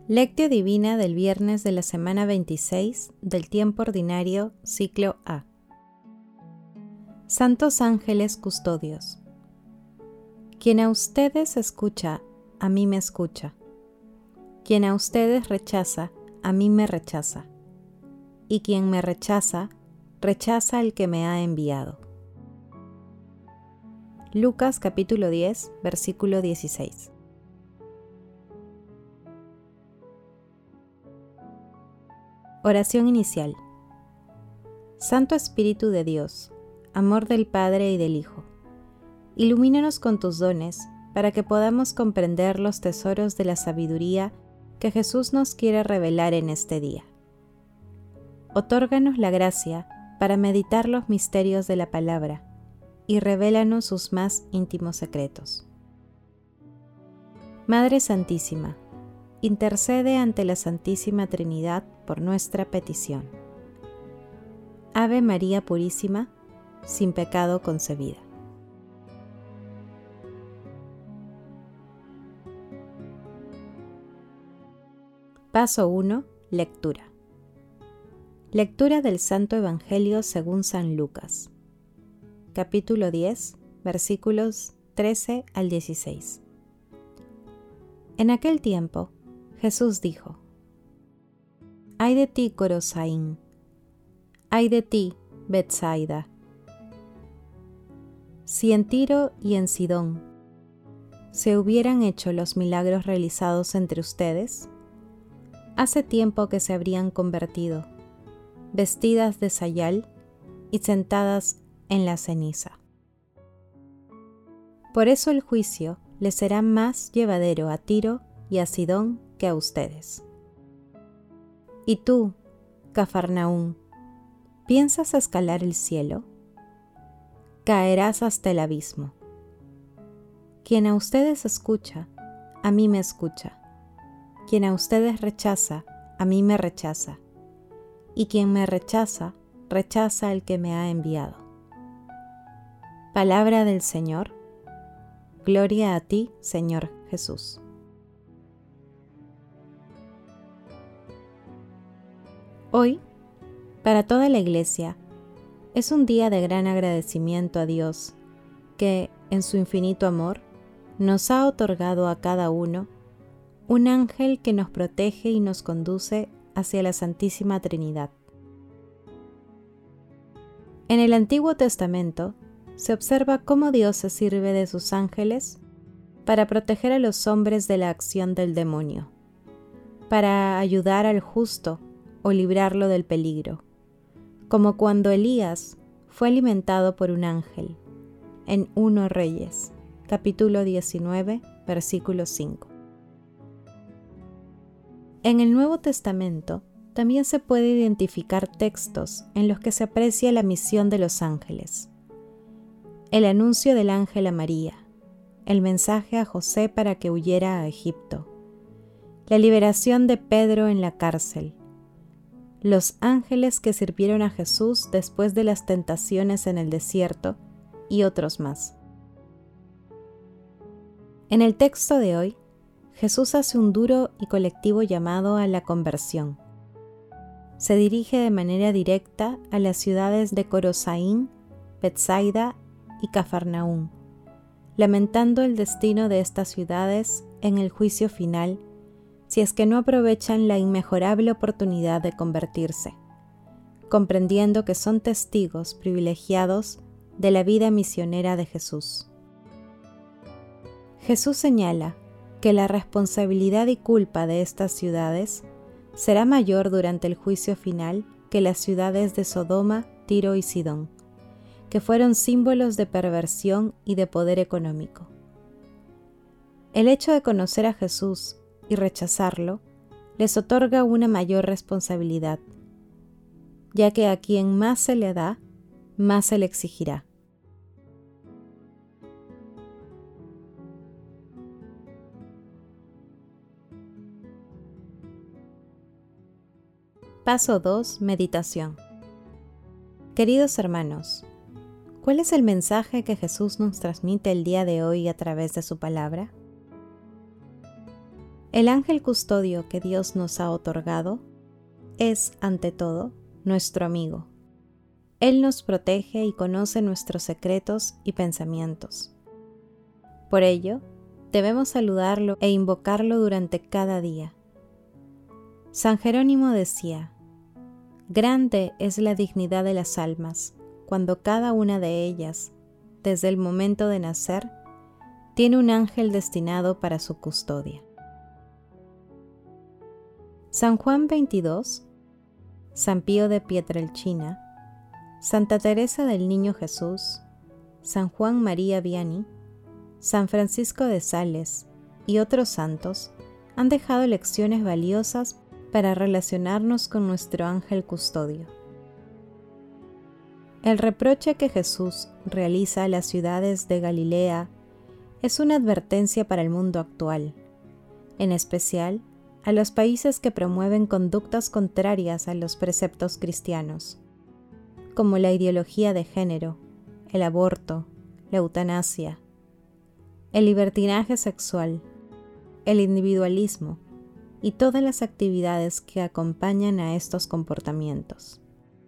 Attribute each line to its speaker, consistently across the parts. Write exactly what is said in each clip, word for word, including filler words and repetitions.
Speaker 1: Lectio Divina del viernes de la semana veintiséis del tiempo ordinario, ciclo A. Santos ángeles custodios. Quien a ustedes escucha, a mí me escucha. Quien a ustedes rechaza, a mí me rechaza. Y quien me rechaza, rechaza al que me ha enviado. Lucas capítulo diez, versículo dieciséis. Oración inicial. Santo Espíritu de Dios, amor del Padre y del Hijo, ilumínanos con tus dones para que podamos comprender los tesoros de la sabiduría que Jesús nos quiere revelar en este día. Otórganos la gracia para meditar los misterios de la palabra y revélanos sus más íntimos secretos. Madre Santísima, intercede ante la Santísima Trinidad por nuestra petición. Ave María Purísima, sin pecado concebida. Paso uno. Lectura. Lectura del Santo Evangelio según San Lucas. Capítulo diez, versículos trece al dieciséis. En aquel tiempo, Jesús dijo: Ay de ti, Corosaín, ay de ti, Betsaida. Si en Tiro y en Sidón se hubieran hecho los milagros realizados entre ustedes, hace tiempo que se habrían convertido, vestidas de sayal y sentadas en la ceniza. Por eso el juicio les será más llevadero a Tiro y a Sidón que a ustedes. Y tú, Cafarnaúm, ¿piensas escalar el cielo? Caerás hasta el abismo. Quien a ustedes escucha, a mí me escucha. Quien a ustedes rechaza, a mí me rechaza. Y quien me rechaza, rechaza al que me ha enviado. Palabra del Señor. Gloria a ti, Señor Jesús. Hoy, para toda la Iglesia, es un día de gran agradecimiento a Dios, que, en su infinito amor, nos ha otorgado a cada uno un ángel que nos protege y nos conduce hacia la Santísima Trinidad. En el Antiguo Testamento se observa cómo Dios se sirve de sus ángeles para proteger a los hombres de la acción del demonio, para ayudar al justo o librarlo del peligro, como cuando Elías fue alimentado por un ángel, en Primero Reyes, capítulo diecinueve, versículo cinco. En el Nuevo Testamento también se puede identificar textos en los que se aprecia la misión de los ángeles. El anuncio del ángel a María, el mensaje a José para que huyera a Egipto, la liberación de Pedro en la cárcel, los ángeles que sirvieron a Jesús después de las tentaciones en el desierto y otros más. En el texto de hoy, Jesús hace un duro y colectivo llamado a la conversión. Se dirige de manera directa a las ciudades de Corosaín, Betsaida y Cafarnaúm, lamentando el destino de estas ciudades en el juicio final si es que no aprovechan la inmejorable oportunidad de convertirse, comprendiendo que son testigos privilegiados de la vida misionera de Jesús. Jesús señala que la responsabilidad y culpa de estas ciudades será mayor durante el juicio final que las ciudades de Sodoma, Tiro y Sidón, que fueron símbolos de perversión y de poder económico. El hecho de conocer a Jesús y rechazarlo les otorga una mayor responsabilidad, ya que a quien más se le da, más se le exigirá. Paso dos. Meditación. Queridos hermanos, ¿cuál es el mensaje que Jesús nos transmite el día de hoy a través de su palabra? El ángel custodio que Dios nos ha otorgado es, ante todo, nuestro amigo. Él nos protege y conoce nuestros secretos y pensamientos. Por ello, debemos saludarlo e invocarlo durante cada día. San Jerónimo decía: grande es la dignidad de las almas cuando cada una de ellas, desde el momento de nacer, tiene un ángel destinado para su custodia. San Juan veintidós, San Pío de Pietrelcina, Santa Teresa del Niño Jesús, San Juan María Vianney, San Francisco de Sales y otros santos han dejado lecciones valiosas para relacionarnos con nuestro ángel custodio. El reproche que Jesús realiza a las ciudades de Galilea es una advertencia para el mundo actual, en especial a los países que promueven conductas contrarias a los preceptos cristianos, como la ideología de género, el aborto, la eutanasia, el libertinaje sexual, el individualismo y todas las actividades que acompañan a estos comportamientos.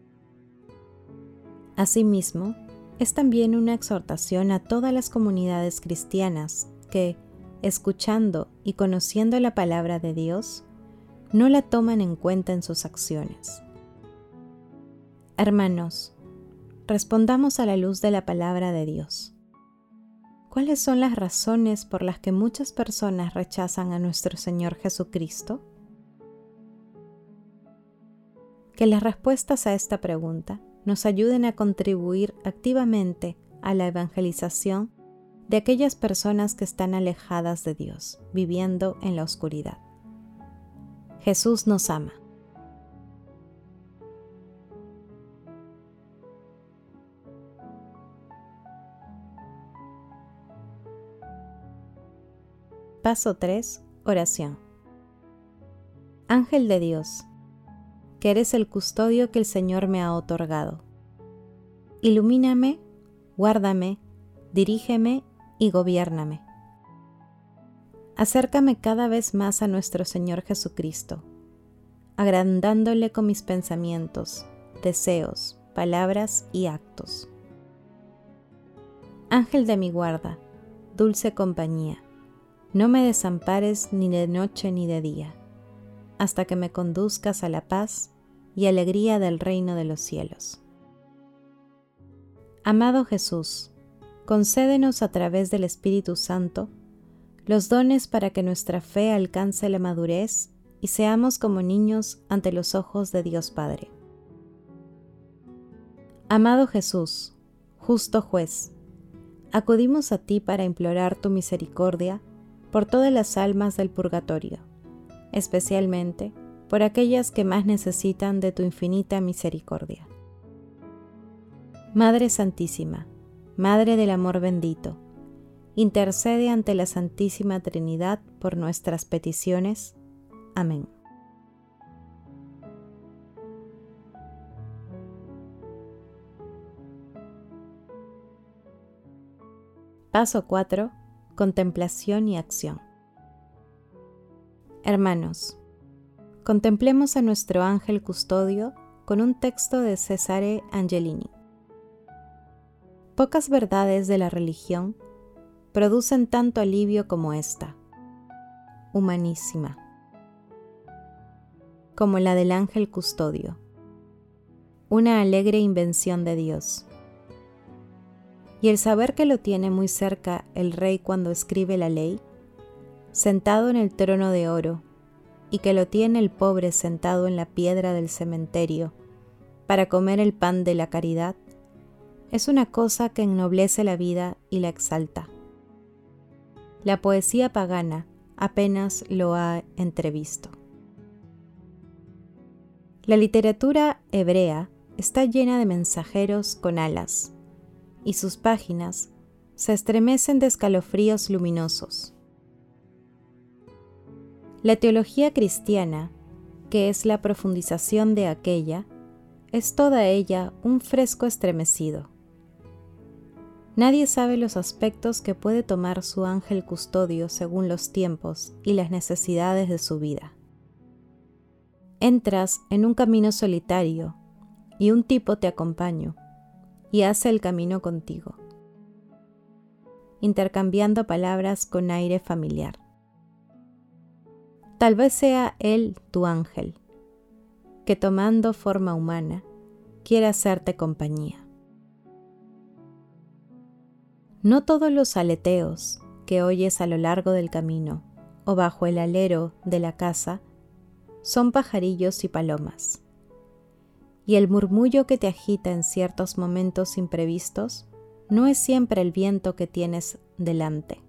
Speaker 1: Asimismo, es también una exhortación a todas las comunidades cristianas que, escuchando y conociendo la palabra de Dios, no la toman en cuenta en sus acciones. Hermanos, respondamos a la luz de la palabra de Dios. ¿Cuáles son las razones por las que muchas personas rechazan a nuestro Señor Jesucristo? Que las respuestas a esta pregunta nos ayuden a contribuir activamente a la evangelización de aquellas personas que están alejadas de Dios, viviendo en la oscuridad. Jesús nos ama. Paso tres. Oración. Ángel de Dios, que eres el custodio que el Señor me ha otorgado. Ilumíname, guárdame, dirígeme y gobiérname. Acércame cada vez más a nuestro Señor Jesucristo, agrandándole con mis pensamientos, deseos, palabras y actos. Ángel de mi guarda, dulce compañía, no me desampares ni de noche ni de día, hasta que me conduzcas a la paz y alegría del reino de los cielos. Amado Jesús, concédenos a través del Espíritu Santo los dones para que nuestra fe alcance la madurez y seamos como niños ante los ojos de Dios Padre. Amado Jesús, justo juez, acudimos a ti para implorar tu misericordia por todas las almas del purgatorio, especialmente por aquellas que más necesitan de tu infinita misericordia. Madre Santísima, Madre del Amor Bendito, intercede ante la Santísima Trinidad por nuestras peticiones. Amén. Paso cuatro. Contemplación y acción. Hermanos, contemplemos a nuestro ángel custodio con un texto de Cesare Angelini. Pocas verdades de la religión producen tanto alivio como esta, humanísima, como la del ángel custodio, una alegre invención de Dios. Y el saber que lo tiene muy cerca el rey cuando escribe la ley, sentado en el trono de oro, y que lo tiene el pobre sentado en la piedra del cementerio, para comer el pan de la caridad, es una cosa que ennoblece la vida y la exalta. La poesía pagana apenas lo ha entrevisto. La literatura hebrea está llena de mensajeros con alas, y sus páginas se estremecen de escalofríos luminosos. La teología cristiana, que es la profundización de aquella, es toda ella un fresco estremecido. Nadie sabe los aspectos que puede tomar su ángel custodio según los tiempos y las necesidades de su vida. Entras en un camino solitario y un tipo te acompaña y hace el camino contigo, intercambiando palabras con aire familiar. Tal vez sea él tu ángel, que tomando forma humana, quiere hacerte compañía. No todos los aleteos que oyes a lo largo del camino o bajo el alero de la casa son pajarillos y palomas, y el murmullo que te agita en ciertos momentos imprevistos no es siempre el viento que tienes delante.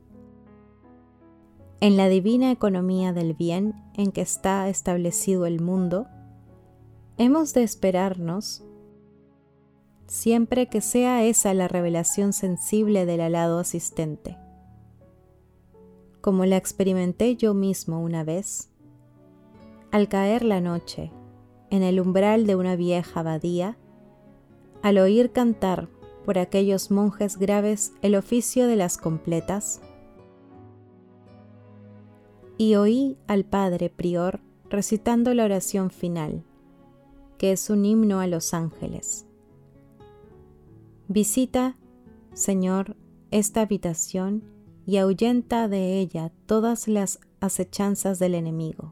Speaker 1: En la divina economía del bien en que está establecido el mundo, hemos de esperarnos siempre que sea esa la revelación sensible del alado asistente. Como la experimenté yo mismo una vez, al caer la noche en el umbral de una vieja abadía, al oír cantar por aquellos monjes graves el oficio de las completas, y oí al padre prior recitando la oración final, que es un himno a los ángeles. Visita, Señor, esta habitación y ahuyenta de ella todas las acechanzas del enemigo.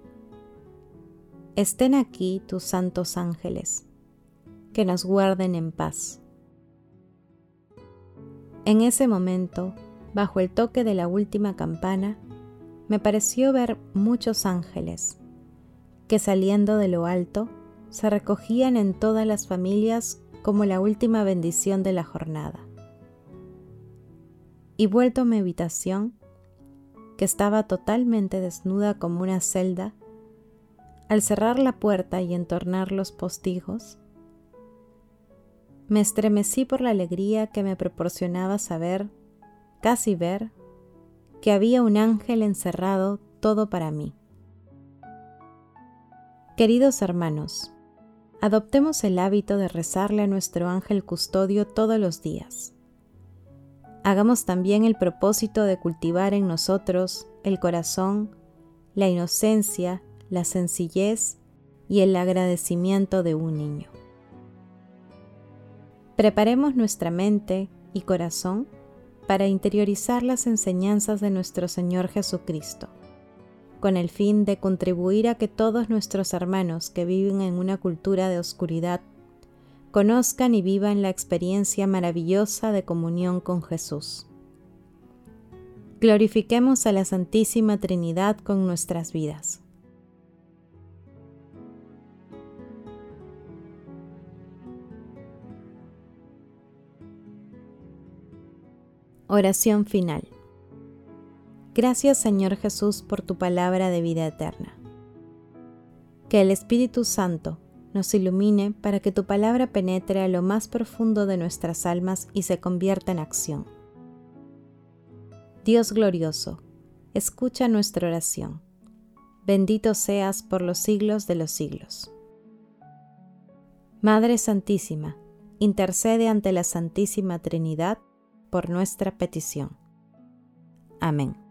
Speaker 1: Estén aquí tus santos ángeles, que nos guarden en paz. En ese momento, bajo el toque de la última campana, me pareció ver muchos ángeles, que saliendo de lo alto, se recogían en todas las familias como la última bendición de la jornada. Y vuelto a mi habitación, que estaba totalmente desnuda como una celda, al cerrar la puerta y entornar los postigos, me estremecí por la alegría que me proporcionaba saber, casi ver, que había un ángel encerrado todo para mí. Queridos hermanos, adoptemos el hábito de rezarle a nuestro ángel custodio todos los días. Hagamos también el propósito de cultivar en nosotros el corazón, la inocencia, la sencillez y el agradecimiento de un niño. Preparemos nuestra mente y corazón para interiorizar las enseñanzas de nuestro Señor Jesucristo, con el fin de contribuir a que todos nuestros hermanos que viven en una cultura de oscuridad conozcan y vivan la experiencia maravillosa de comunión con Jesús. Glorifiquemos a la Santísima Trinidad con nuestras vidas. Oración final. Gracias, Señor Jesús, por tu palabra de vida eterna. Que el Espíritu Santo nos ilumine para que tu palabra penetre a lo más profundo de nuestras almas y se convierta en acción. Dios glorioso, escucha nuestra oración. Bendito seas por los siglos de los siglos. Madre Santísima, intercede ante la Santísima Trinidad por nuestra petición. Amén.